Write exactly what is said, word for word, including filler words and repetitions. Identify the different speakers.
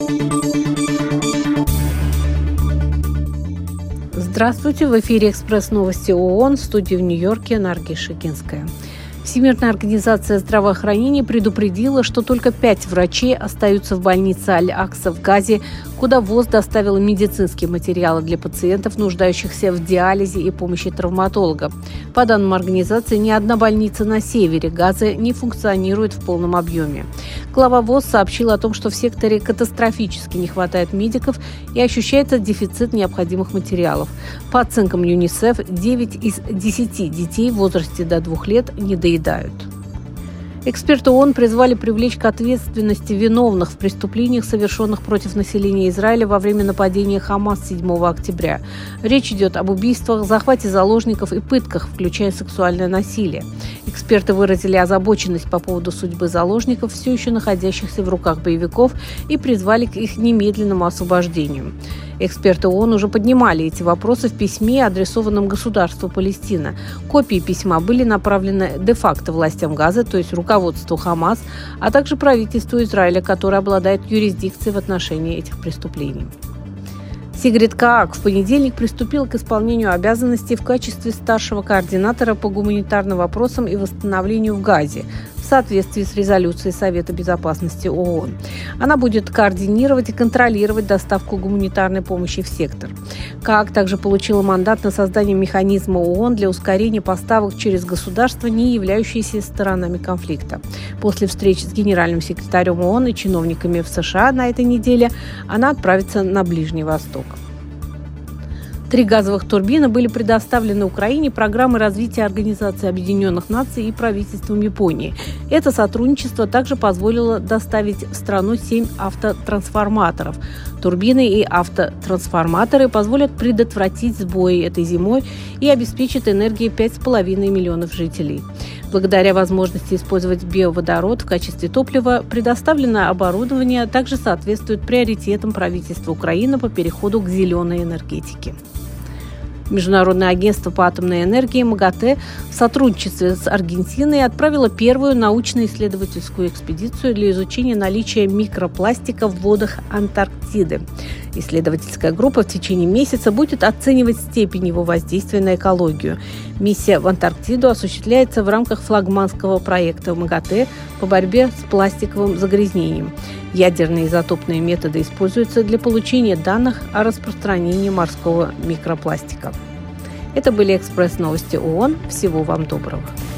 Speaker 1: Здравствуйте! В эфире «Экспресс-новости ООН», в студии в Нью-Йорке Наргиз Шакинская. Всемирная организация здравоохранения предупредила, что только пять врачей остаются в больнице Аль-Акса в Газе, куда ВОЗ доставила медицинские материалы для пациентов, нуждающихся в диализе и помощи травматолога. По данным организации, ни одна больница на севере Газы не функционирует в полном объеме. Глава ВОЗ сообщила о том, что в секторе катастрофически не хватает медиков и ощущается дефицит необходимых материалов. По оценкам ЮНИСЕФ, девять из десяти детей в возрасте до двух лет недоедают. Эксперты ООН призвали привлечь к ответственности виновных в преступлениях, совершенных против населения Израиля во время нападения Хамас седьмого октября. Речь идет об убийствах, захвате заложников и пытках, включая сексуальное насилие. Эксперты выразили озабоченность по поводу судьбы заложников, все еще находящихся в руках боевиков, и призвали к их немедленному освобождению. Эксперты ООН уже поднимали эти вопросы в письме, адресованном государству Палестина. Копии письма были направлены де-факто властям Газы, то есть руководству Хамас, а также правительству Израиля, которое обладает юрисдикцией в отношении этих преступлений. Сигрид Каак в понедельник приступил к исполнению обязанностей в качестве старшего координатора по гуманитарным вопросам и восстановлению в Газе в соответствии с резолюцией Совета безопасности ООН. Она будет координировать и контролировать доставку гуманитарной помощи в сектор. Каак также получила мандат на создание механизма ООН для ускорения поставок через государства, не являющиеся сторонами конфликта. После встречи с генеральным секретарем ООН и чиновниками в США на этой неделе она отправится на Ближний Восток. Три газовых турбины были предоставлены Украине программой развития Организации Объединенных Наций и правительством Японии. Это сотрудничество также позволило доставить в страну семь автотрансформаторов. Турбины и автотрансформаторы позволят предотвратить сбои этой зимой и обеспечат энергией пять с половиной миллионов жителей. Благодаря возможности использовать биоводород в качестве топлива, предоставленное оборудование также соответствует приоритетам правительства Украины по переходу к зеленой энергетике. Международное агентство по атомной энергии МАГАТЭ в сотрудничестве с Аргентиной отправило первую научно-исследовательскую экспедицию для изучения наличия микропластика в водах Антарктиды. Исследовательская группа в течение месяца будет оценивать степень его воздействия на экологию. Миссия в Антарктиду осуществляется в рамках флагманского проекта МАГАТЭ по борьбе с пластиковым загрязнением. Ядерные изотопные методы используются для получения данных о распространении морского микропластика. Это были «Экспресс-новости ООН». Всего вам доброго.